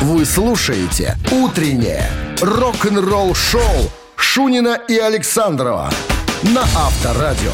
Вы слушаете «Утреннее рок-н-ролл-шоу» Шунина и Александрова на Авторадио.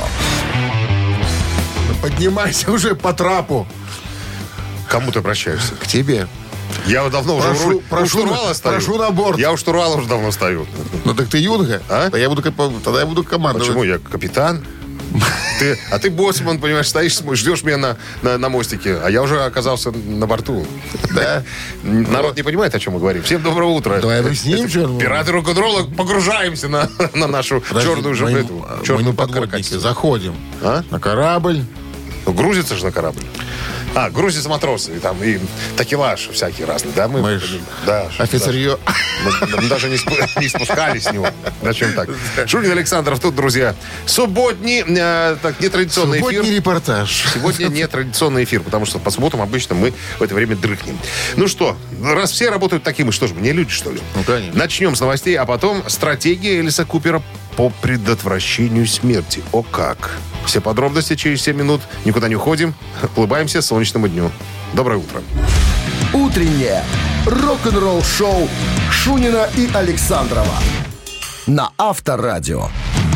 Поднимайся уже по трапу. Кому ты обращаешься? К тебе. Я вот давно уже у штурвала стою. Прошу на борт. Я у штурвала уже давно стою. Ну так ты юнга. А? Тогда я буду командовать. Почему? Я капитан. Ты боссман, понимаешь, стоишь, ждешь меня на мостике, а я уже оказался на борту. Да. Народ не понимает, о чем мы говорим. Всем доброго утра. Давай объясним, что... Пираты рок-н-ролла, погружаемся на нашу черную подводники. Заходим А? на корабль. Грузится же на корабль. Грузятся матросы, и такелаж всякие разные, да? Мы да, Офицерье. Мы даже не спускались с него. Зачем так? Шунин, Александров тут, друзья. Нетрадиционный эфир. Субботний репортаж. Сегодня нетрадиционный эфир, потому что по субботам обычно мы в это время дрыхнем. Ну что, раз все работают таким, что же, мы не люди, что ли? Ну, конечно. Начнем с новостей, а потом стратегия Элиса Купера по предотвращению смерти. О как! Все подробности через 7 минут. Никуда не уходим. Улыбаемся солнечному дню. Доброе утро. «Утреннее рок-н-ролл-шоу» Шунина и Александрова на Авторадио.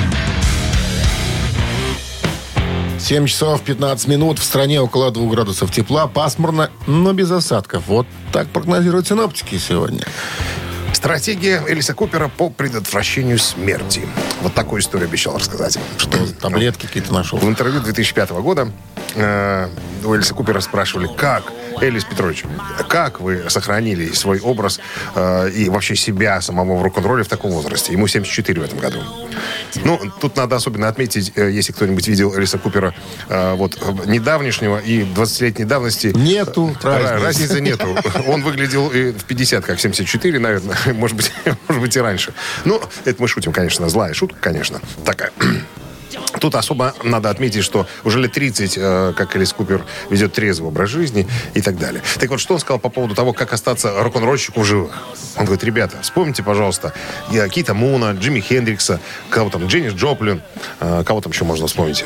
7 часов 15 минут. В стране около 2 градусов тепла. Пасмурно, но без осадков. Вот так прогнозируют синоптики сегодня. Стратегия Элиса Купера по предотвращению смерти. Вот такую историю обещал рассказать. Что, таблетки какие-то нашел? В интервью 2005 года у Элиса Купера спрашивали, как, Элис Петрович, как вы сохранили свой образ и вообще себя самого в рок-н-ролле в таком возрасте? Ему 74 в этом году. Ну, тут надо особенно отметить, если кто-нибудь видел Элиса Купера недавнешнего и 20-летней давности. Нету разницы нету. Он выглядел в 50, как 74, наверное. Может быть и раньше. Ну, это мы шутим, конечно, злая шутка, конечно, такая. Тут особо надо отметить, что уже лет 30, как Элис Купер ведет трезвый образ жизни и так далее. Так вот, что он сказал по поводу того, как остаться рок-н-ролльщику в живых? Он говорит, ребята, вспомните, пожалуйста, Кита Муна, Джимми Хендрикса, кого там, Дженнис Джоплин, кого там еще можно вспомнить?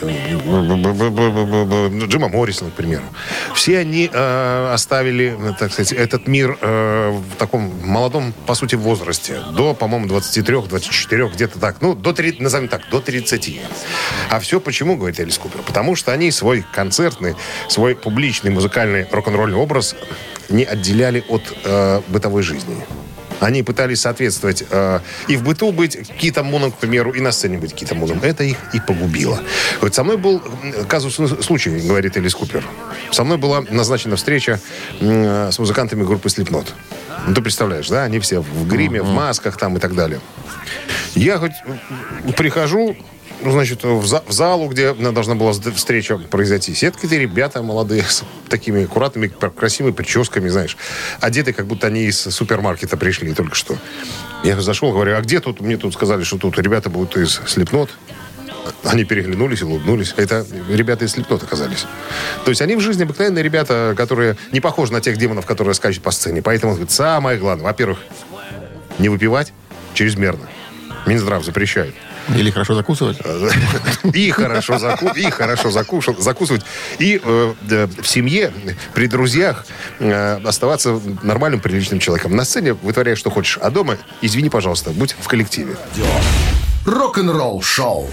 Джима Моррисона, к примеру. Все они оставили, так сказать, этот мир в таком молодом, по сути, возрасте. До, по-моему, 23-24, где-то так. Ну, назовем так, до 30. А все почему, говорит Элис Купер? Потому что они свой концертный, свой публичный музыкальный рок-н-ролльный образ не отделяли от бытовой жизни. Они пытались соответствовать и в быту быть Китом Муном, к примеру, и на сцене быть Китом Муном. Это их и погубило. Вот со мной был казусный случай, говорит Элис Купер. Со мной была назначена встреча с музыкантами группы Slipknot. Ну, ты представляешь, да? Они все в гриме, в масках там и так далее. Я хоть прихожу, значит, в залу, где должна была встреча произойти. Все какие-то ребята молодые, с такими аккуратными, красивыми прическами, знаешь. Одеты, как будто они из супермаркета пришли только что. Я зашел, говорю, а где тут? Мне тут сказали, что тут ребята будут из Slipknot. Они переглянулись, улыбнулись. Это ребята из Slipknot оказались. То есть они в жизни обыкновенные ребята, которые не похожи на тех демонов, которые скачут по сцене. Поэтому, говорит, самое главное, во-первых, не выпивать чрезмерно. Минздрав запрещает. Или хорошо закусывать. И хорошо закусывать. И в семье, при друзьях оставаться нормальным, приличным человеком. На сцене вытворяй, что хочешь. А дома, извини, пожалуйста, будь в коллективе. Рок-н-ролл-шоу.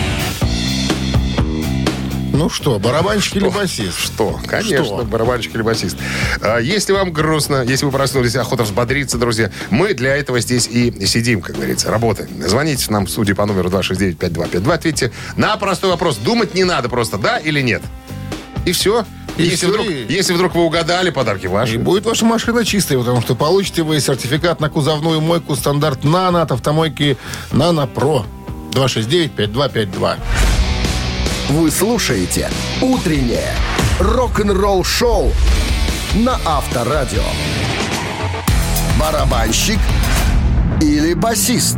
Ну что, барабанщик или басист? Что? Конечно, Что? барабанщик или басист. Если вам грустно, если вы проснулись, охота взбодриться, друзья, мы для этого здесь и сидим, как говорится, работаем. Звоните нам в студию по номеру 269-5252. Ответьте на простой вопрос. Думать не надо просто, да или нет? И все. Если вдруг вы угадали, подарки ваши. И будет ваша машина чистая, потому что получите вы сертификат на кузовную мойку стандарт «Нано» от автомойки «Нано Про». 269-5252. Вы слушаете «Утреннее рок-н-ролл-шоу» на Авторадио. Барабанщик или басист?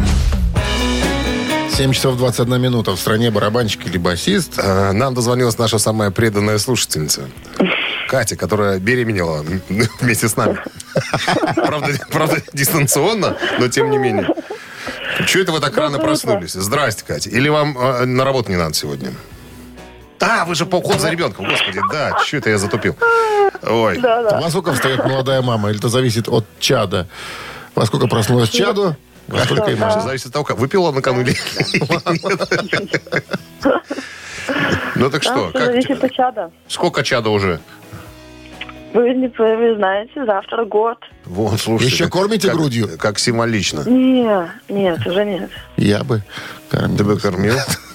7 часов 21 минута. В стране барабанщик или басист. Нам дозвонилась наша самая преданная слушательница. Катя, которая беременела вместе с нами. Правда, дистанционно, но тем не менее. Чего это вы так рано проснулись? Здрасте, Катя. Или вам на работу не надо сегодня? Вы же по уходу за ребенком. Господи, да, что это я затупил. Ой. Да. Во сколько встает молодая мама? Или это зависит от чада? Во сколько проснулась чаду? Во сколько и Все мама? зависит от того, как выпила накануне. Ну так что? Все зависит от чада. Сколько чада уже? Вы знаете, завтра год. Вон, слушайте. Еще кормите грудью? Как символично. Нет, уже нет. Я бы кормил. Ты бы кормил?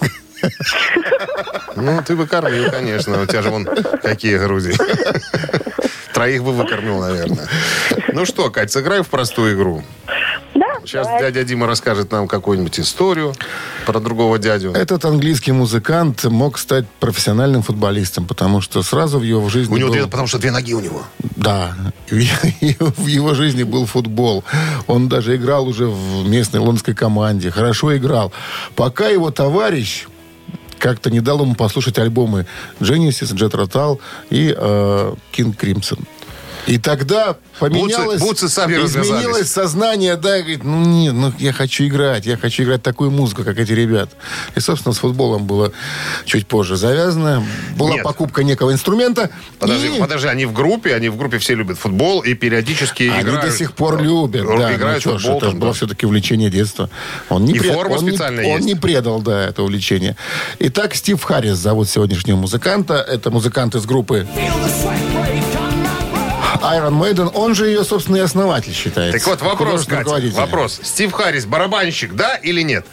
Ну, ты бы кормил, конечно. У тебя же вон какие груди. Троих бы выкормил, наверное. Ну что, Кать, сыграй в простую игру. Да. Сейчас давай. дядя Дима расскажет нам какую-нибудь историю про другого дядю. Этот английский музыкант мог стать профессиональным футболистом, потому что сразу в его жизни У него был... потому что 2 ноги у него. Да, в его жизни был футбол. Он даже играл уже в местной лондонской команде. Хорошо играл. Пока его товарищ как-то не дал ему послушать альбомы Genesis, Jet Rotal и King Crimson. И тогда поменялось, Бутсы сами изменилось развязались. сознание, да, и говорит, я хочу играть такую музыку, как эти ребята. И, собственно, с футболом было чуть позже завязано. Была Нет. покупка некого инструмента. Подожди, они в группе все любят футбол и периодически играют. Они до сих пор любят, да. Играют в футбол. Это же было все-таки увлечение детства. Он не форма специальная есть. Он не предал, да, это увлечение. Итак, Стив Харрис зовут сегодняшнего музыканта. Это музыкант из группы Iron Maiden. Он же ее, собственно, и основатель считается. Так вот, вопрос, Художественный Катя, руководитель. вопрос. Стив Харрис барабанщик, да или нет?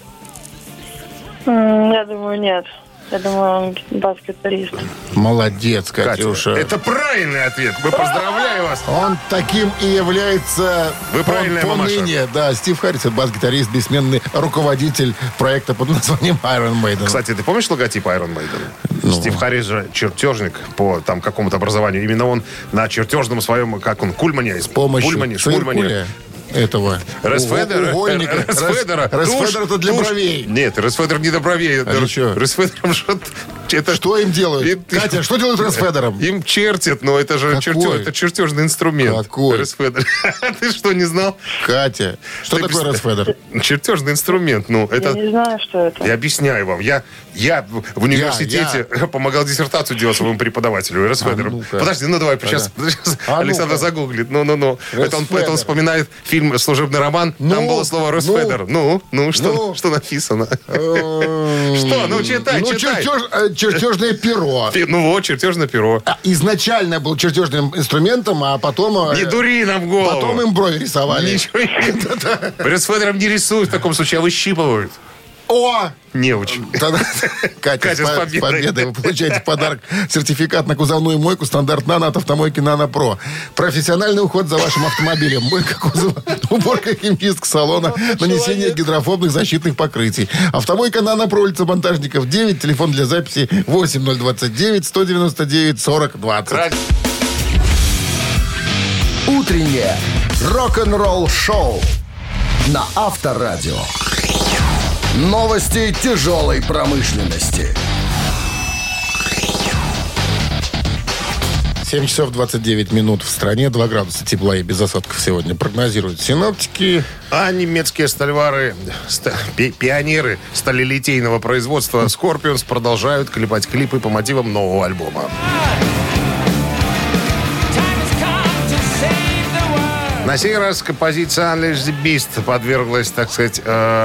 Я думаю, нет. Я думаю, он бас-гитарист. Молодец, Катя, Катюша. это правильный ответ. Мы поздравляем вас. Он таким и является Вы правильная мамаша. поныне. Да, Стив Харрис, это бас-гитарист, бессменный руководитель проекта под названием Iron Maiden. Кстати, ты помнишь логотип Iron Maiden? Стив Харрис же чертежник по там какому-то образованию. Именно он на чертежном своем, как он, Кульмане, С помощью Шмульмане. циркуля этого Ресфедера. угольника. Ресфедера. Ресфедер это для бровей. Нет, Ресфедер не для бровей. А что? Ресфедером это... Что им делают? Катя, что делают Ресфедером? Им чертят, но это же Какой? это чертежный инструмент. Какой? Ресфедер. Ты что, не знал? Катя, что Ты такое Ресфедер? Чертежный инструмент. Ну, Я это... не знаю, что это. Я объясняю вам. Я в университете помогал диссертацию делать своему преподавателю Ресфедеру. ну-ка. Подожди, давай, сейчас Александр ну-ка. загуглит. Ну. Это он Ресфедер. вспоминает фильм «Служебный роман». Там было слово Ресфедер. Что написано? Что? Ну, читай. Чертежное перо. Ну вот, чертежное перо. Изначально был чертежным инструментом, а потом... Не дури нам голову. Потом им брови рисовали. Ничего не... Ресфедером не рисуют в таком случае, а выщипывают. О! Неуч. Тогда, Катя, с победой. Вы получаете в подарок сертификат на кузовную мойку стандарт «Нано» от автомойки «Нано Про». Профессиональный уход за вашим автомобилем. Мойка кузова, уборка химчистка салона, нанесение гидрофобных защитных покрытий. Автомойка «Нано Про», улица Монтажников, 9, телефон для записи 8029 199 40 20. Утреннее рок-н-ролл-шоу на Авторадио. Новости тяжелой промышленности. 7 часов 29 минут в стране, 2 градуса тепла и без осадков сегодня прогнозируют синоптики. А немецкие стальвары, пионеры сталелитейного производства Scorpions продолжают клепать клипы по мотивам нового альбома. На сей раз композиция Unleash the Beast подверглась, так сказать,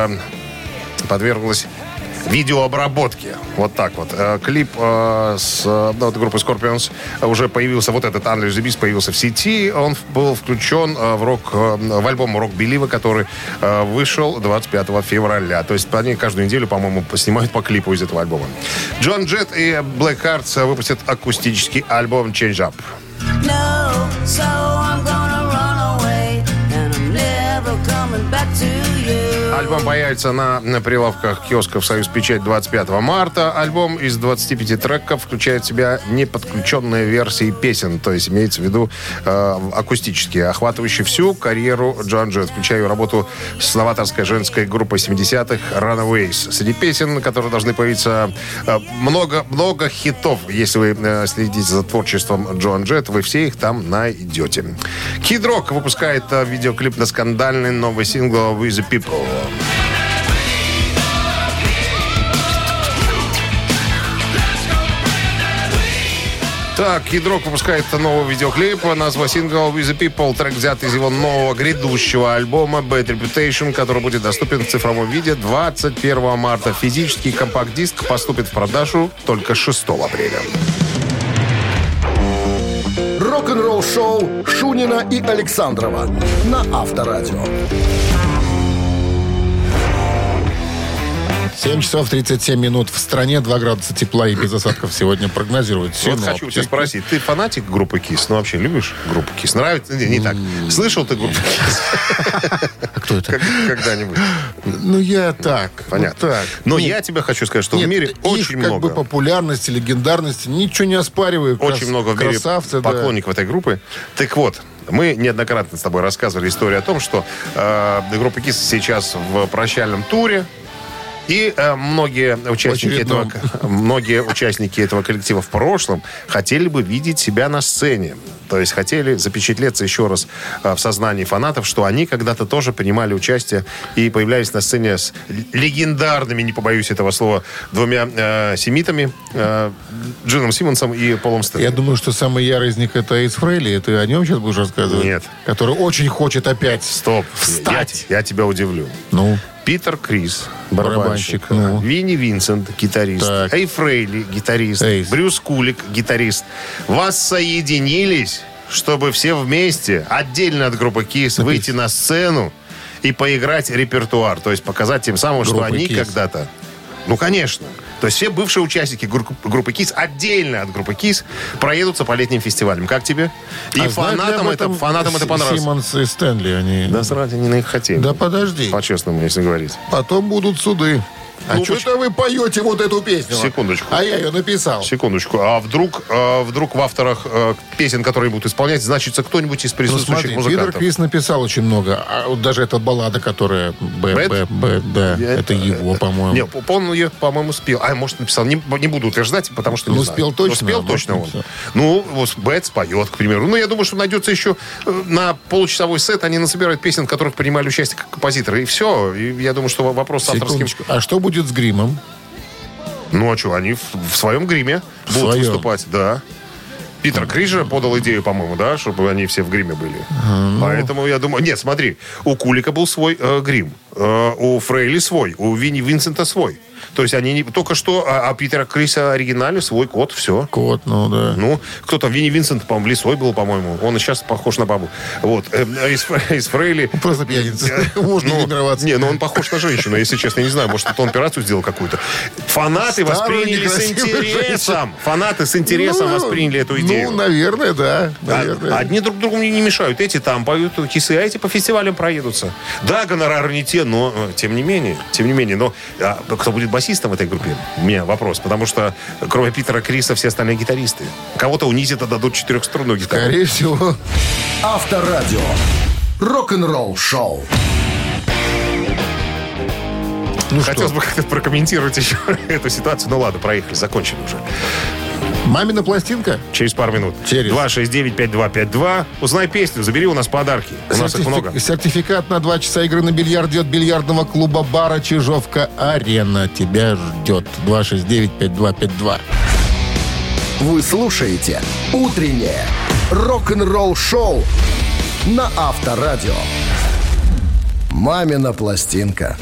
видеообработке. Вот так вот. Клип с группы Scorpions уже появился, вот этот Unleash the Beast появился в сети. Он был включен в альбом Rock Believer, который вышел 25 февраля. То есть они каждую неделю, по-моему, снимают по клипу из этого альбома. Джон Джетт и Black Hearts выпустят акустический альбом Change Up. No, so I'm gonna run away, and I'm never coming back to you. Альбом появится на прилавках киосков «Союз Печать» 25 марта. Альбом из 25 треков включает в себя неподключенные версии песен, то есть имеется в виду акустические, охватывающие всю карьеру Джон Джетт, включая работу с новаторской женской группой 70-х Runaways. Среди песен, которые должны появиться, много хитов. Если вы следите за творчеством Джон Джетт, вы все их там найдете. Kid Rock выпускает видеоклип на скандальный новый сингл «With the People». Так, Kid Rock выпускает новый видеоклип. Назва сингла «With the People». Трек взят из его нового грядущего альбома «Bad Reputation», который будет доступен в цифровом виде 21 марта. Физический компакт-диск поступит в продажу только 6 апреля. Рок-н-ролл-шоу Шунина и Александрова на Авторадио. 7 часов 37 минут. В стране 2 градуса тепла и без осадков сегодня прогнозируют. Вот хочу тебя спросить, ты фанатик группы KISS? Ну, вообще, любишь группу KISS? Нравится? Не так. Слышал ты группу KISS? А кто это? Когда-нибудь. Ну, я так. Понятно. Вот так. Но я тебе хочу сказать, что в мире очень как много... бы популярности, легендарности, ничего не оспариваю. Очень много в мире красавцы, поклонников этой группы. Так вот, мы неоднократно с тобой рассказывали историю о том, что группа KISS сейчас в прощальном туре. И многие участники этого коллектива в прошлом хотели бы видеть себя на сцене. То есть хотели запечатлеться еще раз в сознании фанатов, что они когда-то тоже принимали участие и появлялись на сцене с легендарными, не побоюсь этого слова, двумя семитами, Джином Симмонсом и Полом Стэнли. Я думаю, что самый ярый из них это Эйс Фрейли. Ты о нем сейчас будешь рассказывать? Нет. Который очень хочет опять встать. Я тебя удивлю. Ну? Питер Крис, барабанщик. Ну. Винни Винсент, гитарист. Эй Фрейли, гитарист. Брюс Кулик, гитарист. Вас соединились, чтобы все вместе, отдельно от группы KISS, выйти на сцену и поиграть репертуар. То есть показать тем самым, что они когда-то... Ну, конечно. То есть все бывшие участники группы KISS отдельно от группы KISS проедутся по летним фестивалям. Как тебе? И фанатам это понравилось. Симмонс и Стэнли, они... Да, сразу они на них хотели. Да подожди. По-честному, если говорить. Потом будут суды. А что-то вы поете вот эту песню? Секундочку. А я ее написал. Секундочку. А вдруг в авторах песен, которые будут исполнять, значится кто-нибудь из присутствующих музыкантов? Питер Крис написал очень много. А вот даже эта баллада, которая это его, по-моему. Нет, он ее, по-моему, спел. А, может, написал. Не буду утверждать, потому что не знаю. Спел точно. Спел точно он. Ну, вот Бэт споет, к примеру. Ну, я думаю, что найдется еще на получасовой сет. Они насобирают песен, в которых принимали участие как композиторы. И все. И я думаю, что вопрос с авторским... А что будет с гримом? Ну, а что, они в своем гриме будут выступать, да. Питер Крис же подал идею, по-моему, да, чтобы они все в гриме были. Поэтому я думаю... Нет, смотри, у Кулика был свой грим, у Фрейли свой, у Винни Винсента свой. То есть они не... Только что, а Питера Криса оригинале свой кот, все. Кот, ну да. Ну, кто-то, Винни Винсент, по-моему, лисой был, по-моему. Он и сейчас похож на бабу. Вот. Из Фрейли... Просто пьяница. Можно гримироваться. Не, ну он похож на женщину, если честно. Я не знаю, может, это он операцию сделал какую-то. Фанаты восприняли с интересом. Фанаты с интересом восприняли эту идею. Ну, наверное, да. Одни друг другу не мешают. Эти там поют KISS, а эти по фестивалям проедутся. Да, гонорары не те, но тем не менее. Но кто будет басистом в этой группе? У меня вопрос. Потому что кроме Питера Криса все остальные гитаристы. Кого-то унизят, отдадут 4-струнную гитару. Скорее всего. Авторадио. Рок-н-ролл-шоу. Ну, хотелось бы как-то прокомментировать еще эту ситуацию. Ну ладно, проехали, закончили уже. Мамина пластинка? Через пару минут. 269-5252. Узнай песню, забери у нас подарки. У нас их много. Сертификат на 2 часа игры на бильярде от бильярдного клуба-бара «Чижовка-Арена» тебя ждет. 269-5252. Вы слушаете «Утреннее рок-н-ролл-шоу» на Авторадио. «Мамина пластинка».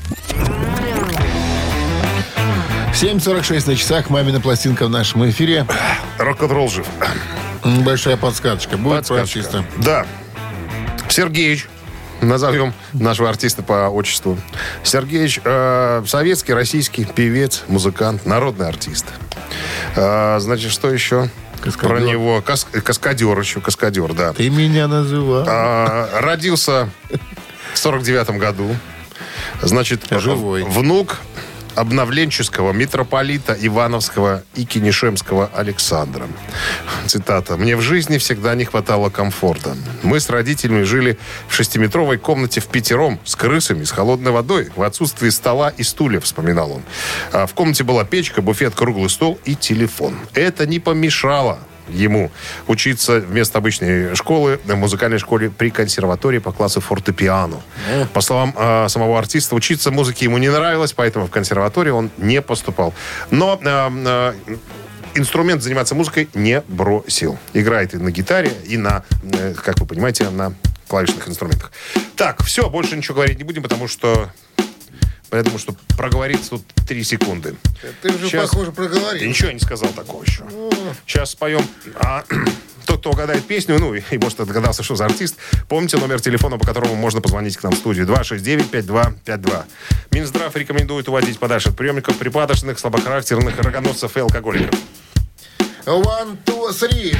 7:46 на часах. «Мамина пластинка» в нашем эфире. Рок-н-ролл жив. Большая подсказочка. Будет про артиста? Да. Сергеич. Назовем нашего артиста по отчеству. Сергеич советский, российский певец, музыкант, народный артист. Значит, что еще? Каскадер. Про него. Каскадер еще. Каскадер, да. Ты меня называл. Родился в 49-м году. Значит, живой. Внук обновленческого митрополита Ивановского и Кинешемского Александра. Цитата. «Мне в жизни всегда не хватало комфорта. Мы с родителями жили в 6-метровой комнате впятером с крысами, с холодной водой, в отсутствии стола и стулья», вспоминал он. В комнате была печка, буфет, круглый стол и телефон. Это не помешало ему учиться вместо обычной школы в музыкальной школе при консерватории по классу фортепиано. По словам самого артиста, учиться музыке ему не нравилось, поэтому в консерваторию он не поступал. Но инструмент, заниматься музыкой не бросил. Играет и на гитаре, и на, как вы понимаете, на клавишных инструментах. Так, все, больше ничего говорить не будем, потому что... Я думаю, что проговорится тут 3 секунды. Ты уже, Сейчас... похоже, проговорил. Я ничего не сказал такого еще. Сейчас споем. Тот, кто угадает песню, ну, и может догадался, что за артист, помните номер телефона, по которому можно позвонить к нам в студию. 269-5252. Минздрав рекомендует уводить подальше от приемников припадочных, слабохарактерных, рогоносцев и алкоголиков. 1, 2, 3.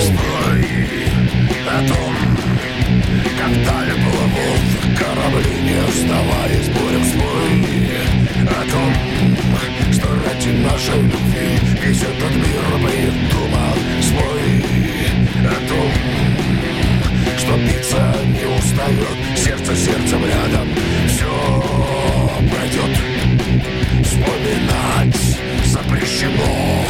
О том, когда ли плывут корабли, не оставаясь буря всплыли. О том, что ради нашей любви весь этот мир придумал свой. О том, что биться не устает, сердце сердцем рядом, все пройдет. Вспоминать запрещено.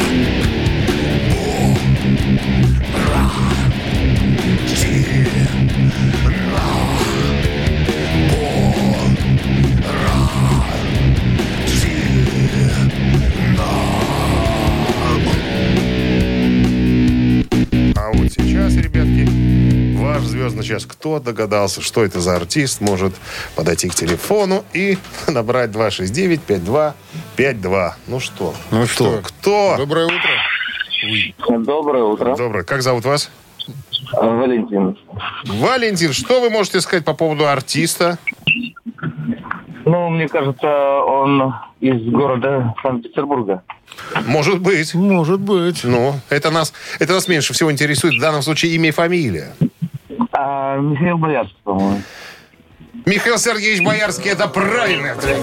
А вот сейчас, ребятки, ваш звездный час. Кто догадался, что это за артист, может подойти к телефону и набрать 269-5252. Ну что? Кто? Доброе утро. Доброе утро. Доброе. Как зовут вас? Валентин. Валентин, что вы можете сказать по поводу артиста? Ну, мне кажется, он из города Санкт-Петербурга. Может быть. Может быть. Ну, это нас меньше всего интересует. В данном случае имя и фамилия. Михаил Боярский, по-моему. Михаил Сергеевич Боярский, это правильный ответ.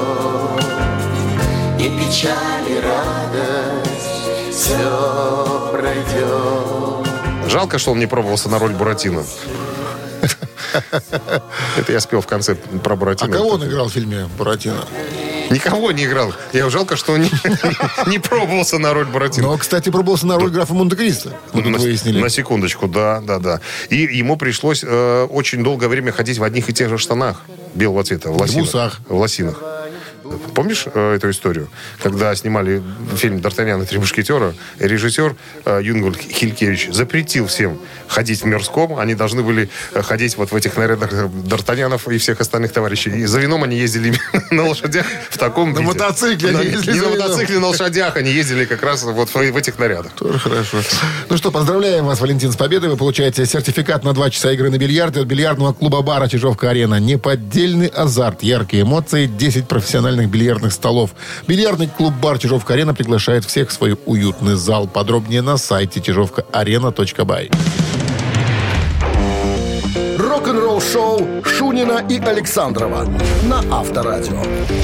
И печаль, и радость, все пройдет. Жалко, что он не пробовался на роль Буратино. Это я спел в конце про А Буратино. кого он играл в фильме «Буратино»? Никого не играл. Я жалко, что он не пробовался на роль Буратино. Но, кстати, пробовался на роль графа Монте-Кристо. Мы тут выяснили. На секундочку, да. И ему пришлось очень долгое время ходить в одних и тех же штанах белого цвета, в лосинах. В усах. В лосинах. Помнишь эту историю? Когда снимали фильм «Д'Артаньян и 3 мушкетера», режиссер Юнгвальд Хилькевич запретил всем ходить в мирском. Они должны были ходить вот в этих нарядах Д'Артаньянов и всех остальных товарищей. И за вином они ездили на лошадях в таком виде. На мотоцикле они ездили. Не на мотоцикле, на лошадях. Они ездили как раз вот в этих нарядах. Тоже хорошо. Ну что, поздравляем вас, Валентин, с победой. Вы получаете сертификат на 2 часа игры на бильярде от бильярдного клуба-бара «Чижовка-арена». Неподдельный азарт, яркие эмоции, 10 профессиональных бильярдных столов. Бильярдный клуб-бар «Чижовка-арена» приглашает всех в свой уютный зал. Подробнее на сайте чижовкаарена.бай. Рок-н-ролл-шоу Шунина и Александрова на Авторадио.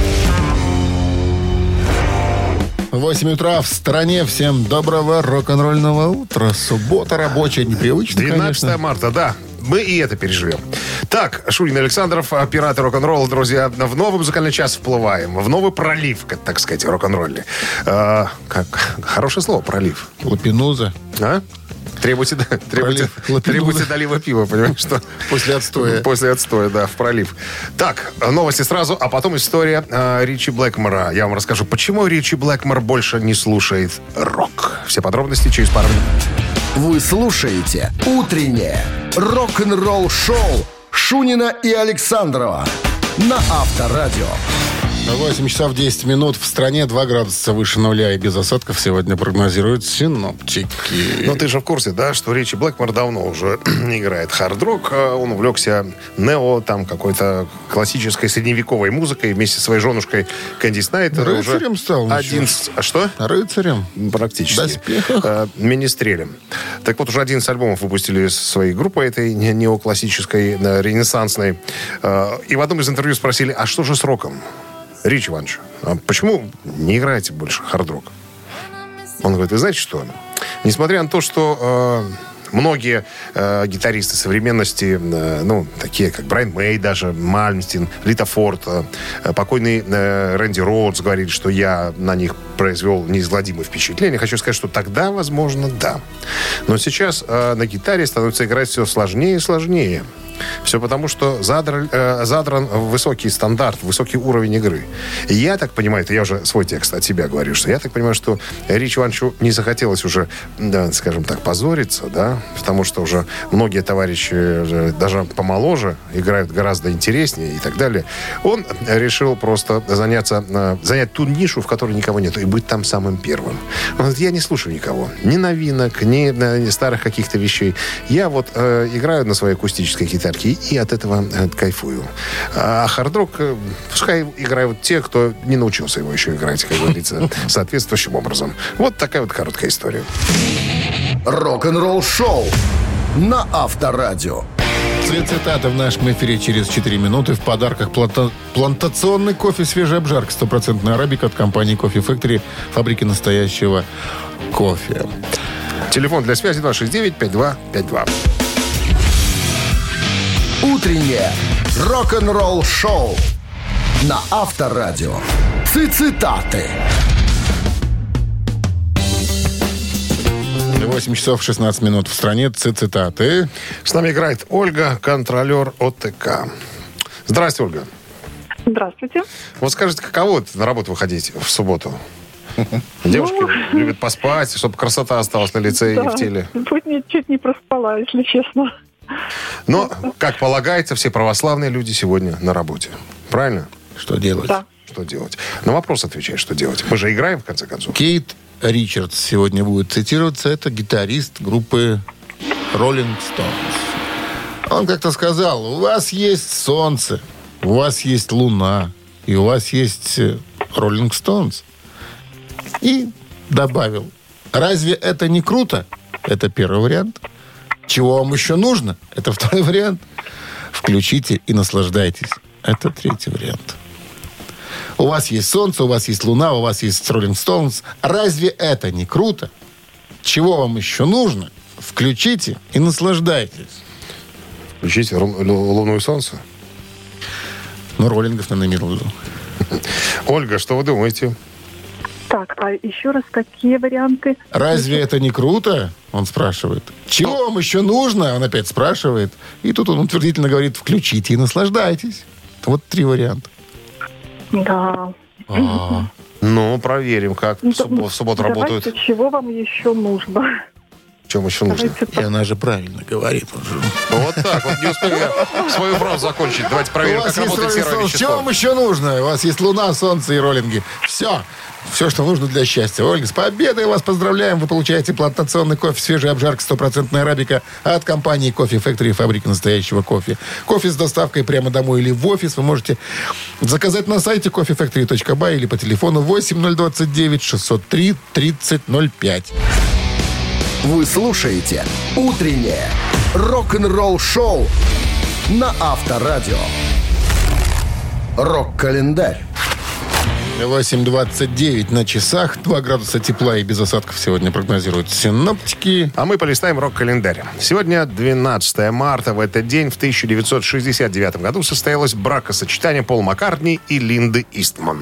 8 утра в стране. Всем доброго рок-н-ролльного утра. Суббота рабочая, непривычно, 12 конечно. марта, да. Мы и это переживем. Так, Шунин Александров, пираты рок-н-ролла, друзья. В новый музыкальный час вплываем. В новый пролив, так сказать, рок-н-ролльный. Хорошее слово, пролив. Лапинуза. А? Требуйте долива пива, понимаешь, что? После отстоя. После отстоя, да, в пролив. Так, новости сразу, а потом история Ричи Блэкмора. Я вам расскажу, почему Ричи Блэкмор больше не слушает рок. Все подробности через пару минут. Вы слушаете «Утреннее рок-н-ролл-шоу» Шунина и Александрова на Авторадио. 8 часов 10 минут. В стране 2 градуса выше нуля и без осадков сегодня прогнозируют синоптики. Ну, ты же в курсе, да, что Ричи Блэкмор давно уже играет хард-рок. Он увлекся нео, там, какой-то классической средневековой музыкой вместе со своей женушкой Кэнди Снайдер. Рыцарем уже стал. А что? Рыцарем. Практически. В доспехах. Министрелем. Так вот, уже 11 альбомов выпустили своей группой этой неоклассической, ренессансной. И в одном из интервью спросили, а что же с роком? Ричи Иванович, а почему не играете больше хард-рок? Он говорит, вы знаете что? Несмотря на то, что многие гитаристы современности, такие как Брайан Мэй, даже Мальмстин, Лита Форд, покойный Рэнди Роудс говорили, что я на них произвел неизгладимое впечатление. Хочу сказать, что тогда, возможно, да. Но сейчас на гитаре становится играть все сложнее и сложнее. Все потому, что задран высокий стандарт, высокий уровень игры. И я так понимаю, это я уже свой текст от себя говорю, что я так понимаю, что Ричи Ивановичу не захотелось уже, да, скажем так, позориться, да, потому что уже многие товарищи даже помоложе играют гораздо интереснее и так далее. Он решил просто занять ту нишу, в которой никого нет, и быть там самым первым. Он говорит, я не слушаю никого. Ни новинок, ни старых каких-то вещей. Я вот играю на своей акустической гитарке и от этого кайфую. А хард-рок пускай играют те, кто не научился его еще играть, как говорится, соответствующим образом. Вот такая вот короткая история. Рок-н-ролл шоу на Авторадио. Цитаты в нашем эфире через 4 минуты. В подарках плантационный кофе свежей обжарки, 100% арабика от компании Coffee Factory, фабрики настоящего кофе. Телефон для связи 269-5252. Утреннее рок-н-ролл шоу на Авторадио. Цитаты. 8 часов 16 минут в стране. Цитаты. С нами играет Ольга, контролер ОТК. Здрасте, Ольга. Здравствуйте. Вот скажите, каково это на работу выходить в субботу? Девушки любят поспать, чтобы красота осталась на лице и в теле. Чуть не проспала, если честно. Но, как полагается, все православные люди сегодня на работе. Правильно? Что делать? Да. Что делать? На вопрос отвечай, что делать. Мы же играем, в конце концов. Кейт Ричардс сегодня будет цитироваться. Это гитарист группы Rolling Stones. Он как-то сказал, у вас есть солнце, у вас есть луна, и у вас есть Rolling Stones. И добавил, разве это не круто? Это первый вариант. Чего вам еще нужно? Это второй вариант. Включите и наслаждайтесь. Это третий вариант. У вас есть солнце, у вас есть луна, у вас есть Rolling Stones. Разве это не круто? Чего вам еще нужно? Включите и наслаждайтесь. Включите луну и солнце. Ну, роллингов, наверное, имел в виду. Ольга, что вы думаете? Так, а еще раз, какие варианты? Разве это не круто? Он спрашивает. Чего вам еще нужно? Он опять спрашивает. И тут он утвердительно говорит, включите и наслаждайтесь. Вот три варианта. Да. Ну, проверим, как в субботу работают. Давайте, чего вам еще нужно? Чем еще нужно? И она же правильно говорит. Вот так, вот не успел я свою фразу закончить. Давайте проверим, как работает серое вещество. Чего вам еще нужно? У вас есть луна, солнце и роллинги. Все. Все, что нужно для счастья. Ольга, с победой вас поздравляем. Вы получаете плантационный кофе, свежая обжарка, 100% арабика от компании Coffee Factory, фабрики настоящего кофе. Кофе с доставкой прямо домой или в офис вы можете заказать на сайте coffeefactory.by или по телефону 8029 603 3005. Вы слушаете «Утреннее рок-н-ролл-шоу» на Авторадио. Рок-календарь. 8:29 на часах. 2 градуса тепла и без осадков сегодня прогнозируют синоптики. А мы полистаем рок-календарь. Сегодня 12 марта. В этот день, в 1969 году, состоялось бракосочетание Пола Маккартни и Линды Истман.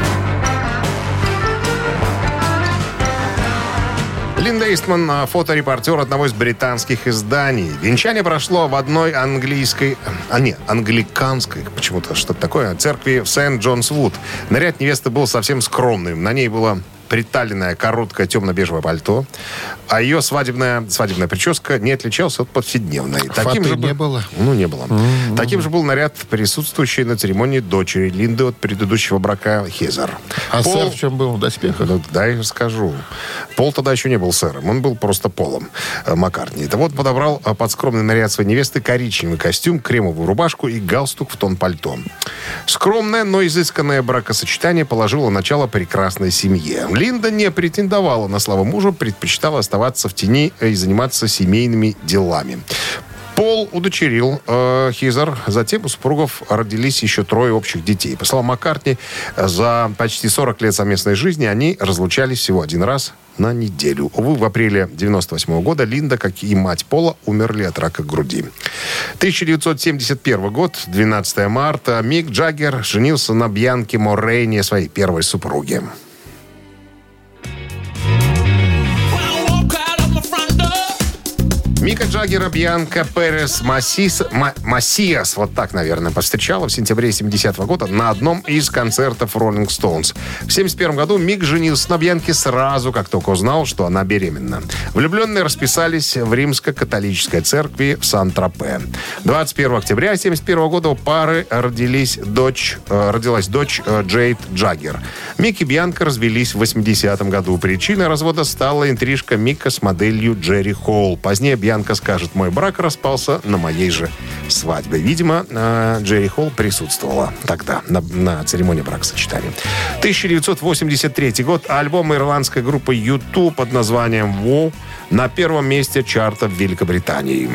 Линда Истман, фоторепортер одного из британских изданий. Венчание прошло в одной англиканской, почему-то что-то такое, церкви в Сент-Джонс-Вуд. Наряд невесты был совсем скромным. На ней было приталенное короткое темно-бежевое пальто, а ее свадебная прическа не отличалась от повседневной. Таким же не было? Ну, не было. Таким же был наряд, присутствующий на церемонии дочери Линды от предыдущего брака Хезер. А сэр в чем был? В доспехах? Ну, дай скажу. Пол тогда еще не был сэром, он был просто Полом Маккартни. Это вот подобрал под скромный наряд своей невесты коричневый костюм, кремовую рубашку и галстук в тон пальто. Скромное, но изысканное бракосочетание положило начало прекрасной семье. Линда не претендовала на славу мужа, предпочитала оставаться в тени и заниматься семейными делами. Пол удочерил Хизер, затем у супругов родились еще 3 общих детей. По словам Маккартни, за почти 40 лет совместной жизни они разлучались всего 1 раз на неделю. Увы, в апреле 1998 года Линда, как и мать Пола, умерли от рака груди. 1971 год, 12 марта, Мик Джаггер женился на Бьянке Морейне, своей первой супруге. Мика Джаггера Бьянка Перес Масиас, вот так, наверное, повстречала в сентябре 70-го года на одном из концертов Rolling Stones. В 71 году Мик женился на Бьянке сразу, как только узнал, что она беременна. Влюбленные расписались в римско-католической церкви в Сан-Тропе. 21 октября 71 года у пары родилась дочь Джейд Джаггер. Мик и Бьянка развелись в 80-м году. Причиной развода стала интрижка Мика с моделью Джерри Холл. Позднее Бьянка скажет: «Мой брак распался на моей же свадьбе». Видимо, Джерри Холл присутствовала тогда на церемонии бракосочетания. 1983 год. Альбом ирландской группы U2 под названием «Wow» на первом месте чарта в Великобритании.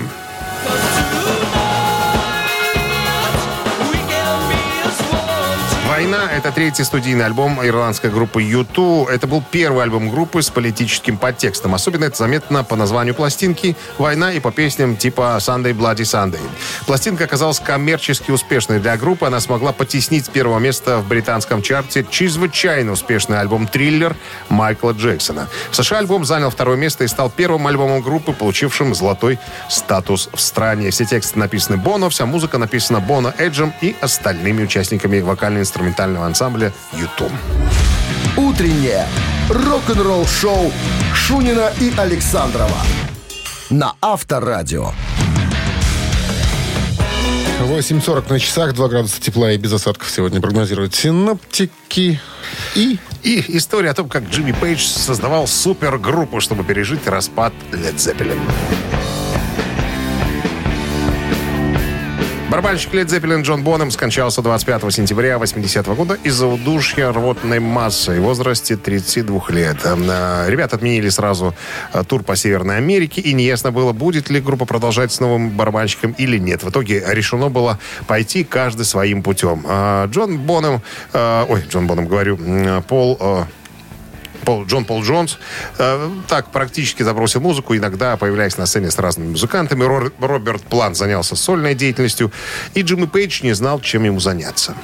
«Война» — это третий студийный альбом ирландской группы U2. Это был первый альбом группы с политическим подтекстом. Особенно это заметно по названию пластинки «Война» и по песням типа «Sunday Bloody Sunday». Пластинка оказалась коммерчески успешной для группы. Она смогла потеснить с первого места в британском чарте чрезвычайно успешный альбом «Триллер» Майкла Джексона. В США альбом занял второе место и стал первым альбомом группы, получившим золотой статус в стране. Все тексты написаны Боно, вся музыка написана Боно, Эджем и остальными участниками вокально-инструментального ансамбля U2. Утреннее рок-н-ролл-шоу Шунина и Александрова на Авторадио. 8:40 на часах, 2 градуса тепла и без осадков сегодня прогнозируют синоптики. И история о том, как Джимми Пейдж создавал супергруппу, чтобы пережить распад Led Zeppelin. Барабанщик Led Zeppelin Джон Бонем скончался 25 сентября 80-го года из-за удушья рвотной массой в возрасте 32 лет. Ребята отменили сразу тур по Северной Америке, и неясно было, будет ли группа продолжать с новым барабанщиком или нет. В итоге решено было пойти каждый своим путем. Джон Пол Джонс так практически забросил музыку, иногда появляясь на сцене с разными музыкантами. Роберт Плант занялся сольной деятельностью, и Джимми Пейдж не знал, чем ему заняться.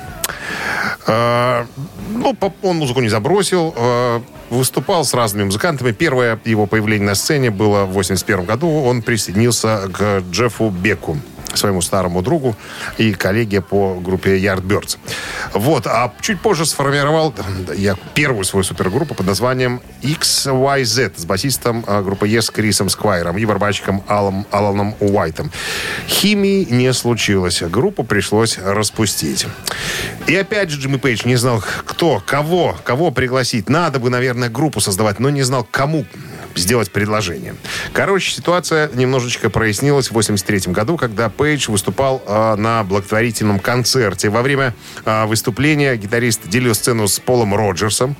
Он музыку не забросил, выступал с разными музыкантами. Первое его появление на сцене было в 1981 году. Он присоединился к Джеффу Беку, своему старому другу и коллеге по группе Yardbirds. А чуть позже сформировал первую свою супергруппу под названием XYZ с басистом группы Yes Крисом Сквайром и барабанщиком Аланом Уайтом. Химии не случилось. Группу пришлось распустить. И опять же Джимми Пейдж не знал, кого пригласить. Надо бы, наверное, группу создавать, но не знал, кому сделать предложение. Ситуация немножечко прояснилась в 1983 году, когда Пейдж выступал на благотворительном концерте. Во время выступления гитарист делил сцену с Полом Роджерсом.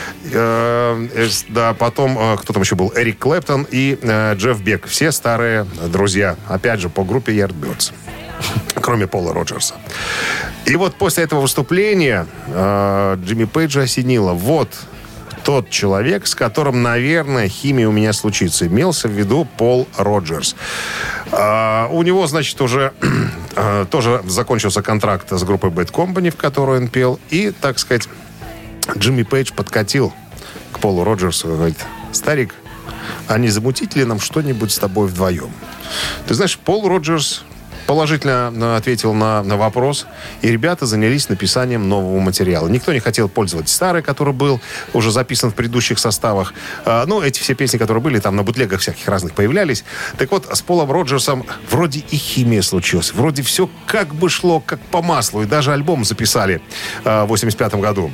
Потом, кто там еще был? Эрик Клэптон и Джефф Бек. Все старые друзья. Опять же, по группе Yardbirds. Кроме Пола Роджерса. И после этого выступления Джимми Пейджа осенило. Тот человек, с которым, наверное, химия у меня случится. Имелся в виду Пол Роджерс. У него, уже тоже закончился контракт с группой Bad Company, в которой он пел. И, так сказать, Джимми Пейдж подкатил к Полу Роджерсу и говорит: «Старик, а не замутить ли нам что-нибудь с тобой вдвоем?» Ты знаешь, Пол Роджерс положительно ответил на вопрос, и ребята занялись написанием нового материала. Никто не хотел пользоваться старый, который был уже записан в предыдущих составах. Эти все песни, которые были там на бутлегах всяких разных появлялись. Так вот, с Полом Роджерсом вроде и химия случилась. Вроде все как бы шло, как по маслу. И даже альбом записали в 1985 году.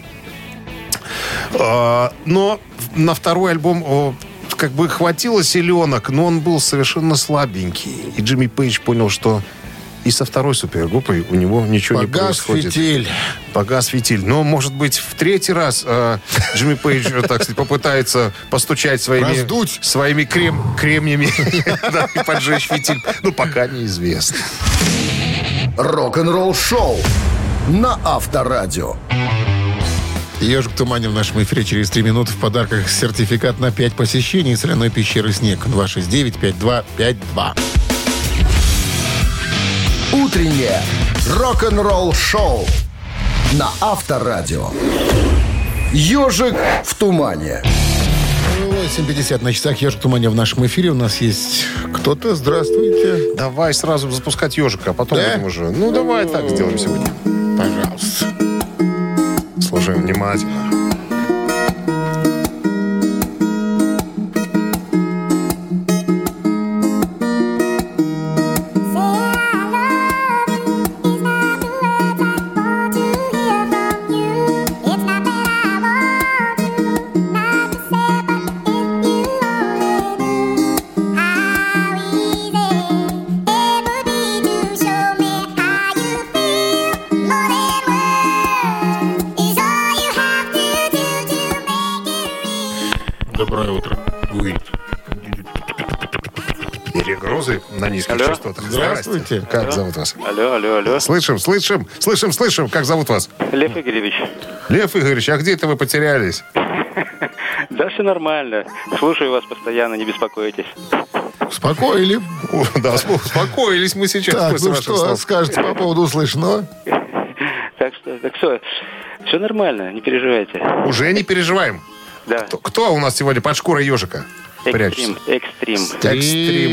Но на второй альбом хватило селенок, но он был совершенно слабенький. И Джимми Пейдж понял, что и со второй супергруппой у него ничего не происходит. Погас фитиль. Но, может быть, в третий раз Джимми Пейдж, так сказать, попытается постучать своими кремнями и поджечь фитиль. Пока неизвестно. Рок-н-ролл-шоу на Авторадио. «Ежик в тумане» в нашем эфире через 3 минуты. В подарках сертификат на 5 посещений соляной пещеры «Снег». 269-5252. Утреннее рок-н-ролл-шоу на Авторадио. «Ежик в тумане». 8:50 на часах. «Ежик в тумане» в нашем эфире. У нас есть кто-то. Здравствуйте. Давай сразу запускать ежика, а потом Да? будем уже... Ну, давай так сделаем сегодня. Пожалуйста. Слушаем внимательно. Доброе утро. Перегрузы на низких Алло. частотах. Здравствуйте. Как зовут вас? Алло. Слышим. Как зовут вас? Лев Игоревич. Лев Игоревич, а где это вы потерялись? Да, все нормально. Слушаю вас постоянно, не беспокойтесь. Успокоили. Да, успокоились мы сейчас. Так, после ну ваших что слов. скажете по поводу услышанного? Так все нормально, не переживайте. Уже не переживаем. Да, Кто у нас сегодня под шкурой ежика прячется? экстрим. Экстрим.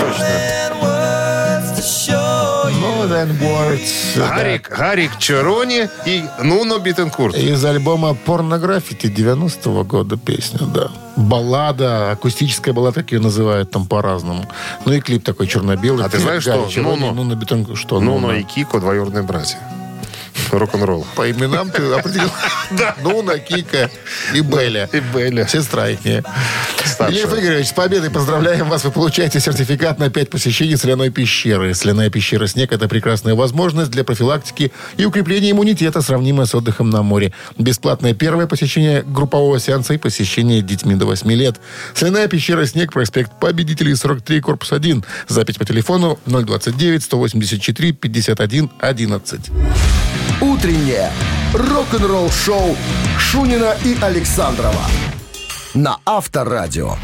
More than words. Гарик Черони и Нуно Биттенкурт. Из альбома «Порнографити» 90-го года песня, да. Баллада, акустическая баллада, как ее называют там по-разному. Ну и клип такой черно-белый. А ты знаешь, что Нуно Биттенкурт, что Нуно и Кико двоюродные братья. Рок-н-ролл. По именам ты определил? Да. Нуна, Кика и Беля. И Беля. Сестра их. Старшая. Лев Игоревич, с победой поздравляем вас. Вы получаете сертификат на 5 посещений соляной пещеры. Соляная пещера «Снег» — это прекрасная возможность для профилактики и укрепления иммунитета, сравнимая с отдыхом на море. Бесплатное первое посещение группового сеанса и посещение детьми до 8 лет. Соляная пещера «Снег», проспект Победителей, 43, корпус 1. Запись по телефону 029-184-51-11. Утреннее рок-н-ролл-шоу Шунина и Александрова на Авторадио.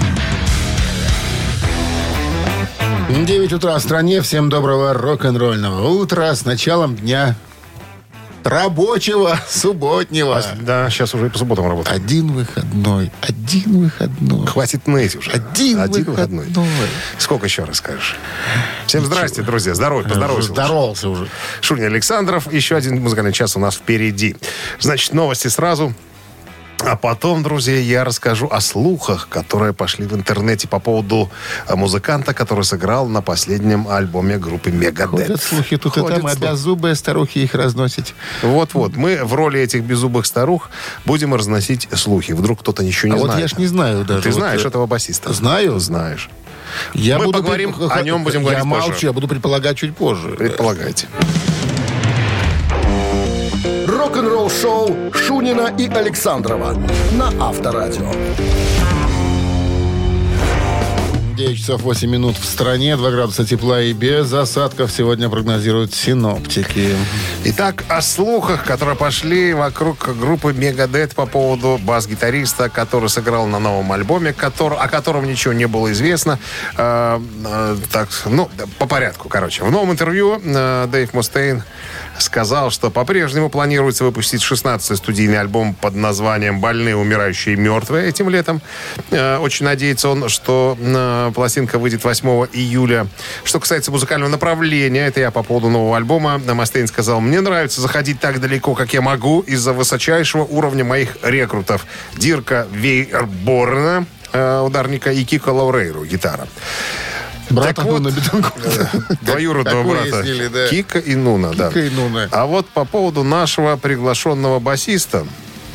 9 утра в стране. Всем доброго рок-н-ролльного утра с началом дня рабочего, субботнего. Да, сейчас уже и по субботам работаем. Один выходной. Хватит ныть уже. Один выходной. Сколько еще расскажешь? Всем здрасте, друзья. Здоровья, поздоровайся. Здоровался уже. Шуня Александров. Еще один музыкальный час у нас впереди. Значит, новости сразу. А потом, друзья, я расскажу о слухах, которые пошли в интернете по поводу музыканта, который сыграл на последнем альбоме группы Megadeth. Ходят слухи тут и там, а беззубые старухи их разносят. Вот-вот. Мы в роли этих беззубых старух будем разносить слухи. Вдруг кто-то ничего не А знает. вот я ж не знаю даже. Ты Вот, знаешь этого басиста? Знаю. Знаешь. Я Мы буду поговорим, о нем будем говорить Я позже. молчу, я буду предполагать чуть позже. Предполагайте. Рок-н-ролл-шоу Шунина и Александрова на Авторадио. 9 часов 8 минут в стране, 2 градуса тепла и без осадков сегодня прогнозируют синоптики. Итак, о слухах, которые пошли вокруг группы Megadeth по поводу бас-гитариста, который сыграл на новом альбоме, о котором ничего не было известно. По порядку, короче. В новом интервью Дэйв Мустейн сказал, что по-прежнему планируется выпустить 16-й студийный альбом под названием «Больные, умирающие, мертвые» этим летом. Очень надеется он, что пластинка выйдет 8 июля. Что касается музыкального направления, это я по поводу нового альбома. Мустейн сказал: «Мне нравится заходить так далеко, как я могу, из-за высочайшего уровня моих рекрутов. Дирка Вейерборна, ударника, и Кика Лаурейру, гитара». Брата Нуна Биттенкурта. Двоюродного брата. Да. Кика и Нуна, да. Кика и Нуна. А вот по поводу нашего приглашенного басиста.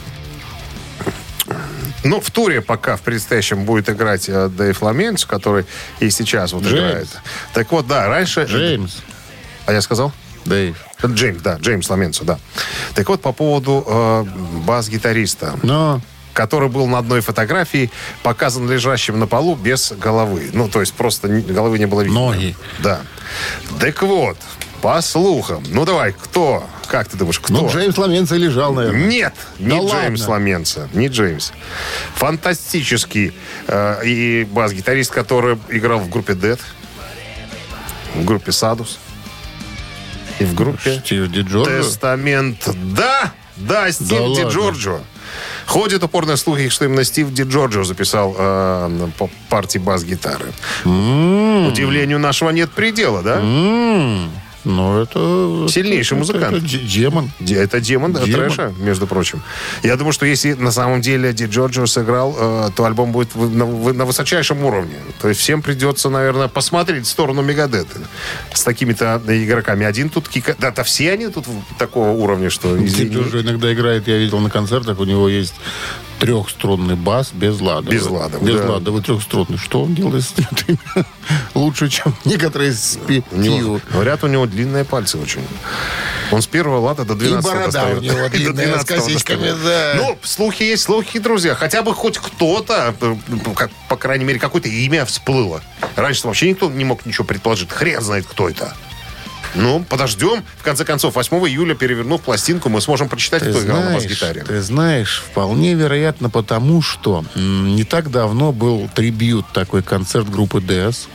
Ну, в туре пока в предстоящем будет играть Дэйв Ламенцо, который и сейчас вот играет. Так вот, да, раньше... Джеймс. А я сказал? Дэйв. Джеймс Ламенцо, да. Так вот, по поводу бас-гитариста. Но... который был на одной фотографии показан лежащим на полу без головы. Ну, то есть просто головы не было видно. Ноги. Да. Так вот, по слухам. Ну, давай, кто? Как ты думаешь, кто? Ну, Джеймс Ламенцо лежал, наверное. Нет, не Да Джеймс ладно. Ламенцо, не Джеймс. Фантастический и бас-гитарист, который играл в группе Dead, в группе Садус и в группе Стив Ди Джорджо. Тестамент. Да, Стив Ди ладно. Джорджо. Ходят упорные слухи, что именно Стив Ди Джорджио записал по партии бас-гитары. Удивлению нашего нет предела, да? Ну, это... Сильнейший музыкант. Это демон. Это демон трэша, между прочим. Я думаю, что если на самом деле Ди Джорджио сыграл, то альбом будет на высочайшем уровне. То есть всем придется, наверное, посмотреть в сторону Мегадета с такими-то игроками. Один тут... Да, все они тут такого уровня, что... Ди Джорджио иногда играет, я видел на концертах, у него есть трехструнный бас без лада. Без лада. Без ладовый трехструнный. Что он делает с этим? Лучше, чем некоторые с пятью. Говорят, у него длинные пальцы очень. Он с первого лада до 12-го И борода у него длинная, с косичками, да. Ну, слухи есть слухи, друзья. Хотя бы хоть кто-то, по крайней мере, какое-то имя всплыло. Раньше вообще никто не мог ничего предположить. Хрен знает, кто это. Ну, подождем. В конце концов, 8 июля, перевернув пластинку, мы сможем прочитать, кто играл на бас-гитаре. Ты знаешь, вполне вероятно, потому что не так давно был трибьют, такой концерт группы DS,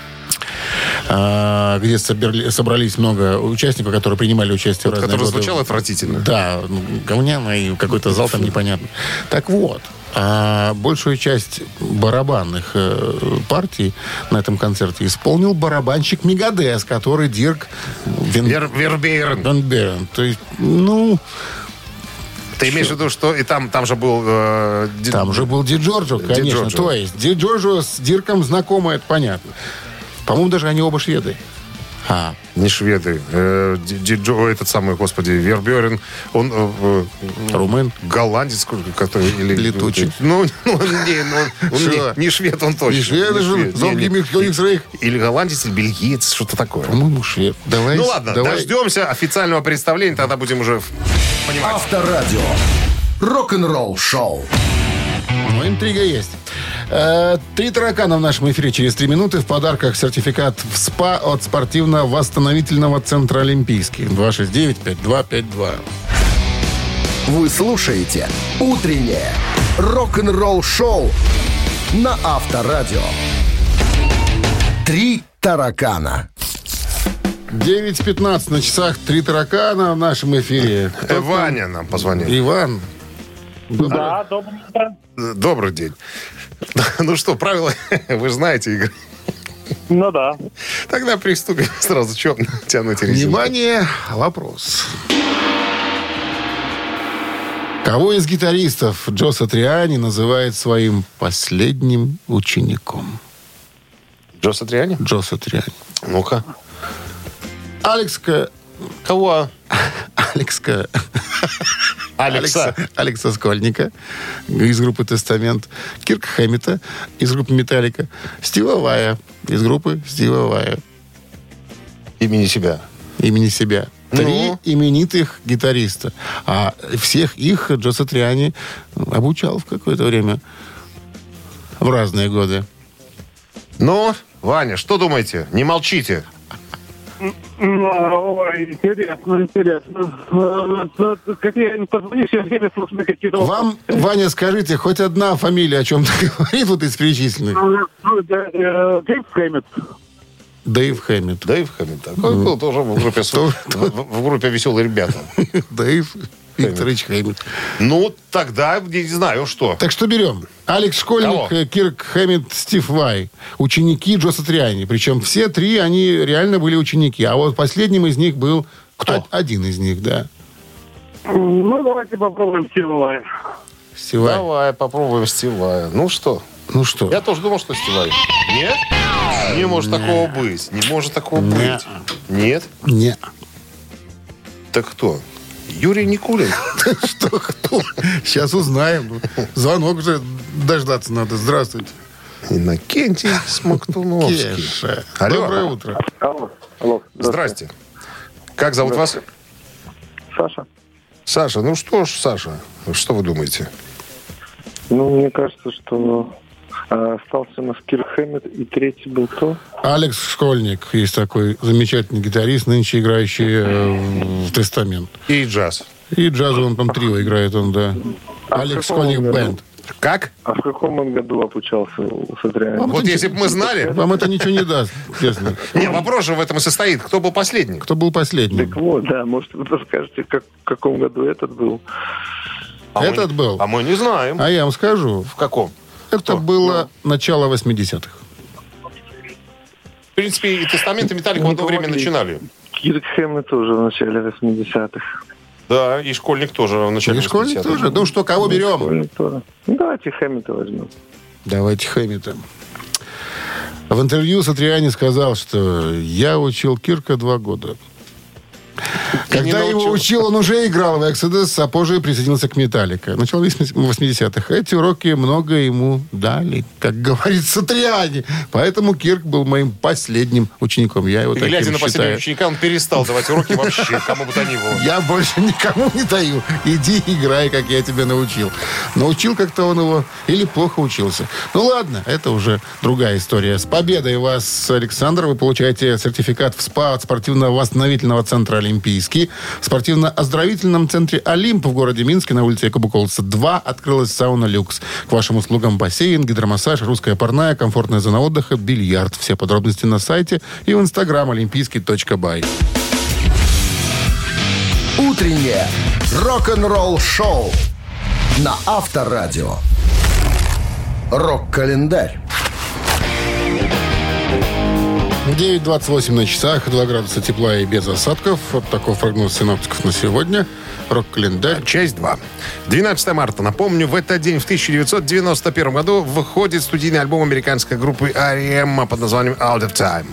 где собрались много участников, которые принимали участие в разные который годы. звучал отвратительно. Да, говняно и какой-то зал там непонятно. Так вот, большую часть барабанных партий на этом концерте исполнил барабанщик Мегадес, который Дирк Вербейрен. То есть, ну... Ты имеешь в виду, что и там же был... Там же был Ди Джорджио, конечно. Ди Джорджио. То есть Ди Джорджио с Дирком знакомы, это понятно. По-моему, даже они оба шведы. Не шведы. Этот самый, господи, Верберен, он... Румын. Голландец, который... Летучий. Он не швед, он точно. Не швед, же Зомби-Михайликсрейх. Или голландец, или бельгиец, что-то такое. По-моему, швед. Давай. Ну ладно, дождемся официального представления, тогда будем уже понимать. Авторадио. Рок-н-ролл шоу. Ну, интрига есть. 3 таракана в нашем эфире через 3 минуты. В подарках сертификат в СПА от спортивно-восстановительного центра «Олимпийский». 269-5252. Вы слушаете «Утреннее рок-н-ролл-шоу» на Авторадио. 3 таракана. 9:15 на часах. 3 таракана в нашем эфире. Ваня нам позвонил. Иван. Да, доброе утро. Добрый день. Ну что, правила вы же знаете, Игорь. Ну да. Тогда приступим сразу. Чё тянуть резину? Внимание, вопрос. Кого из гитаристов Джо Сатриани называет своим последним учеником? Джо Сатриани? Джо Сатриани. Ну-ка. Кого? Алекса Скольника из группы «Тестамент», Кирка Хэммита из группы «Металлика», Стива Вая из группы Стива Вая. Имени себя. 3 именитых гитариста. А всех их Джо Сатриани обучал в какое-то время. В разные годы. Ну, Ваня, что думаете? Не молчите. Интересно. Как я не позвоню, все время слушаю какие-то... Вам, Ваня, скажите, хоть одна фамилия о чем-то говорит вот из перечисленных? Дэйв Хэммит. Дэйв Хэммит. Такой был тоже в группе «Веселые ребята». Дэйв Викторович Хэммит. Ну, тогда не знаю, что. Так что берем. Алекс Школьник, Кого? Кирк Хэммит, Стив Вай. Ученики Джо Сатриани. Причем все 3, они реально были ученики. А вот последним из них был... Кто? Один из них, да. Ну, давайте попробуем Стива Вая. Стив Вай. Давай попробуем Стивая. Ну что? Ну что? Я тоже думал, что Стивай. Нет? Не может такого быть. Не может такого быть. Нет? Не. Так кто? Юрий Никулин. Что, кто? Сейчас узнаем. Звонок уже дождаться надо. Здравствуйте. Иннокентий Смоктуновский. Кеша. Алло. Доброе утро. Алло. Здрасте. Как зовут вас? Саша. Саша. Ну что ж, Саша, что вы думаете? Ну, мне кажется, что остался у нас Кирк Хэммит, и третий был кто? Алекс Школьник. Есть такой замечательный гитарист, нынче играющий в «Тестамент». И джаз. И джазовым там трио играет он, да. Алекс Школьник бэнд. Как? А в каком он году обучался у Сатриани? Вот если бы мы знали... Вам это ничего не даст, честно. Не, вопрос же в этом и состоит. Кто был последний? Кто был последним? Так вот, да, может, вы расскажете, в каком году этот был? Этот был. А мы не знаем. А я вам скажу. В каком? Это было начало 80-х. В принципе, и Тестамент, и Металлика в одно время начинали. Кирк Хэммет тоже в начале 80-х. Да, и Школьник тоже в начале 80-х. И Школьник тоже. Ну что, кого берем? Школьник тоже. Ну, давайте Хэммета возьмем. Давайте Хэммета. В интервью Сатриани сказал, что я учил Кирка 2 года. Когда его учил, он уже играл в Exodus, а позже присоединился к Металлика. Начало 80-х. Эти уроки много ему дали, как говорит Сатриани. Поэтому Кирк был моим последним учеником. Я его таким глядя на считаю. последнего ученика, он перестал давать уроки вообще, кому бы то ни было. Я больше никому не даю. Иди играй, как я тебя научил. Научил как-то он его или плохо учился. Ну ладно, это уже другая история. С победой вас, Александр. Вы получаете сертификат в СПА от спортивно-восстановительного центра «Олимпийский». В спортивно-оздоровительном центре «Олимп» в городе Минске на улице Якуба Колоса 2 открылась сауна «Люкс». К вашим услугам бассейн, гидромассаж, русская парная, комфортная зона отдыха, бильярд. Все подробности на сайте и в инстаграм олимпийский.бай. Утреннее рок-н-ролл-шоу на Авторадио. Рок-календарь. 9:28 на часах, 2 градуса тепла и без осадков. Вот такой прогноз синоптиков на сегодня. Рок-календарь. Часть 2. 12 марта. Напомню, в этот день, в 1991 году, выходит студийный альбом американской группы R.E.M. под названием Out of Time.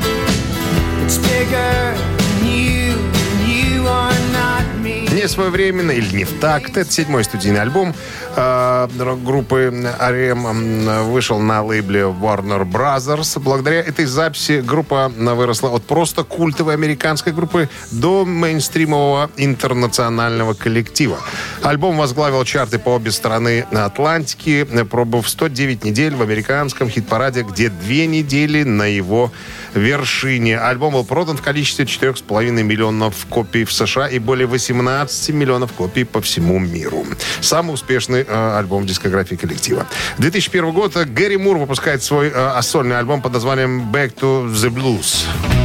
Не своевременно или не в такт. Это 7-й студийный альбом группы R.E.M. вышел на лейбле Warner Brothers. Благодаря этой записи группа выросла от просто культовой американской группы до мейнстримового интернационального коллектива. Альбом возглавил чарты по обе стороны Атлантики, пробыв 109 недель в американском хит-параде, где 2 недели на его вершине. Альбом был продан в количестве 4,5 миллионов копий в США и более 18 миллионов копий по всему миру. Самый успешный альбом в дискографии коллектива. 2001 год Гэри Мур выпускает свой сольный альбом под названием Back to the Blues.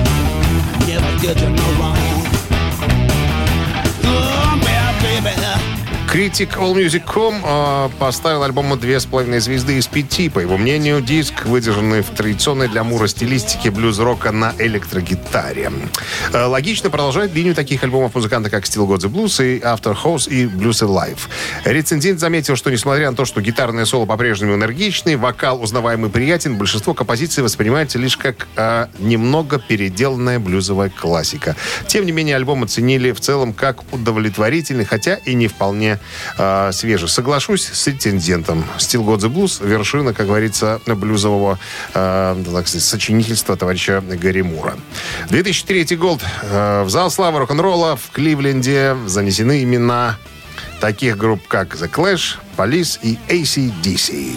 Критик AllMusic.com поставил альбому 2,5 звезды из 5. По его мнению, диск, выдержанный в традиционной для Мура стилистике блюз-рока на электрогитаре. Логично продолжает линию таких альбомов музыканта, как Still Got the Blues, и After House, и Blues Alive. Рецензент заметил, что несмотря на то, что гитарное соло по-прежнему энергичный, вокал узнаваемый и приятен, большинство композиций воспринимается лишь как немного переделанная блюзовая классика. Тем не менее, альбом оценили в целом как удовлетворительный, хотя и не вполне свежий. Соглашусь с рецензентом. Still Got the Blues — вершина, как говорится, блюзового так сказать, сочинительства товарища Гэри Мура. 2003 год. В зал славы рок-н-ролла в Кливленде занесены имена таких групп, как The Clash, Police и AC/DC.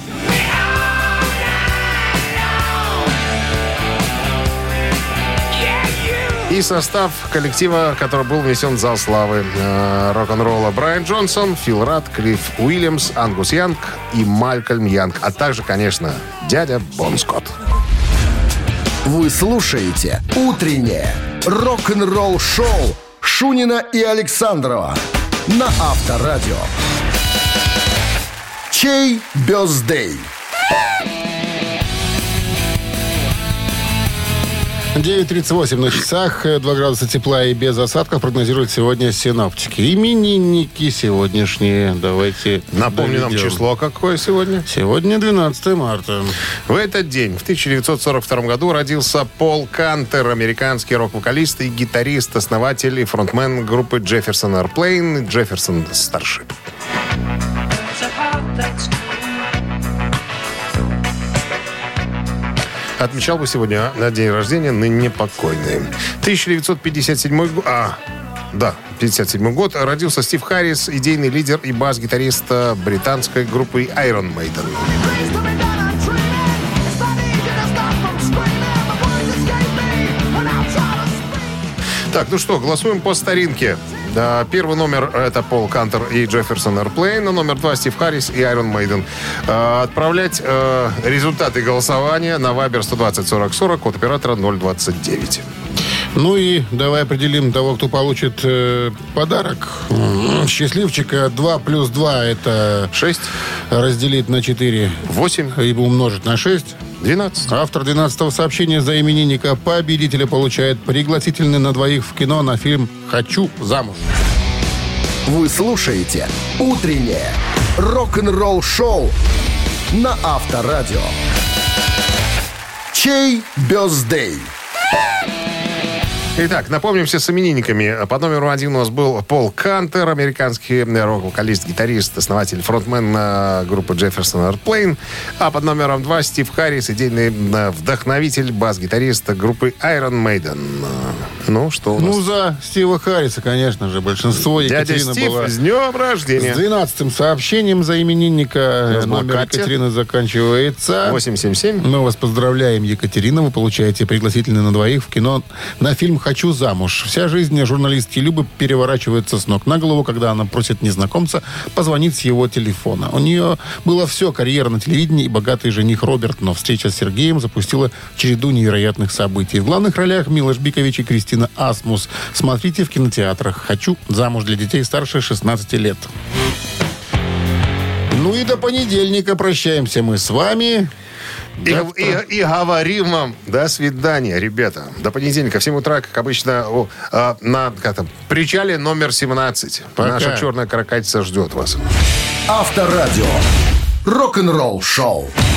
И состав коллектива, который был внесен в зал славы рок-н-ролла: Брайан Джонсон, Фил Радд, Клифф Уильямс, Ангус Янг и Малькольм Янг, а также, конечно, дядя Бон Скотт. Вы слушаете «Утреннее рок-н-ролл-шоу» Шунина и Александрова на Авторадио. Чей бёздей? 9:38 на часах, 2 градуса тепла и без осадков прогнозируют сегодня синоптики. Именинники сегодняшние. Давайте напомню нам доведем. число какое сегодня. Сегодня 12 марта. В этот день, в 1942 году, родился Пол Кантер, американский рок-вокалист и гитарист, основатель и фронтмен группы Jefferson Airplane и Jefferson Starship. Отмечал бы сегодня на день рождения ныне покойный. 1957 год. 57 год. Родился Стив Харрис, идейный лидер и бас-гитарист британской группы Iron Maiden. Так, ну что, голосуем по старинке. Первый номер — это Пол Кантер и Jefferson Airplane. Номер 2 — Стив Харрис и Iron Maiden. Отправлять результаты голосования на Viber 120 40 40, код оператора 029. Ну и давай определим того, кто получит подарок. Счастливчика 2 плюс 2 это 6. Разделить на 4. 8. И умножить на 6. 12. Автор 12-го сообщения за именинника победителя получает пригласительный на двоих в кино на фильм «Хочу замуж». Вы слушаете «Утреннее рок-н-ролл-шоу» на Авторадио. Чей бёздей? Итак, напомним все с именинниками. Под номером 1 у нас был Пол Кантер, американский рок-вокалист, гитарист, основатель, фронтмен группы Jefferson Airplane. А под номером 2 Стив Харрис, идейный вдохновитель, бас-гитарист группы Iron Maiden. Ну, что у нас? Ну, за Стива Харриса, конечно же, большинство. Дядя Екатерина Стив, была с днем рождения. с 12-м сообщением за именинника. Номер Катя. Екатерины заканчивается 877. Мы вас поздравляем, Екатерина. Вы получаете пригласительный на двоих в кино на фильм «Хочу замуж». Вся жизнь журналистки Любы переворачивается с ног на голову, когда она просит незнакомца позвонить с его телефона. У нее было все: карьера на телевидении и богатый жених Роберт. Но встреча с Сергеем запустила череду невероятных событий. В главных ролях Милош Бикович и Кристина Асмус. Смотрите в кинотеатрах. «Хочу замуж» для детей старше 16 лет. Ну и до понедельника прощаемся мы с вами. И говорим вам до свидания, ребята. До понедельника в 7 утра, как обычно, на причале номер 17. Пока. Наша черная каракатица ждет вас. Авторадио. Рок-н-ролл шоу.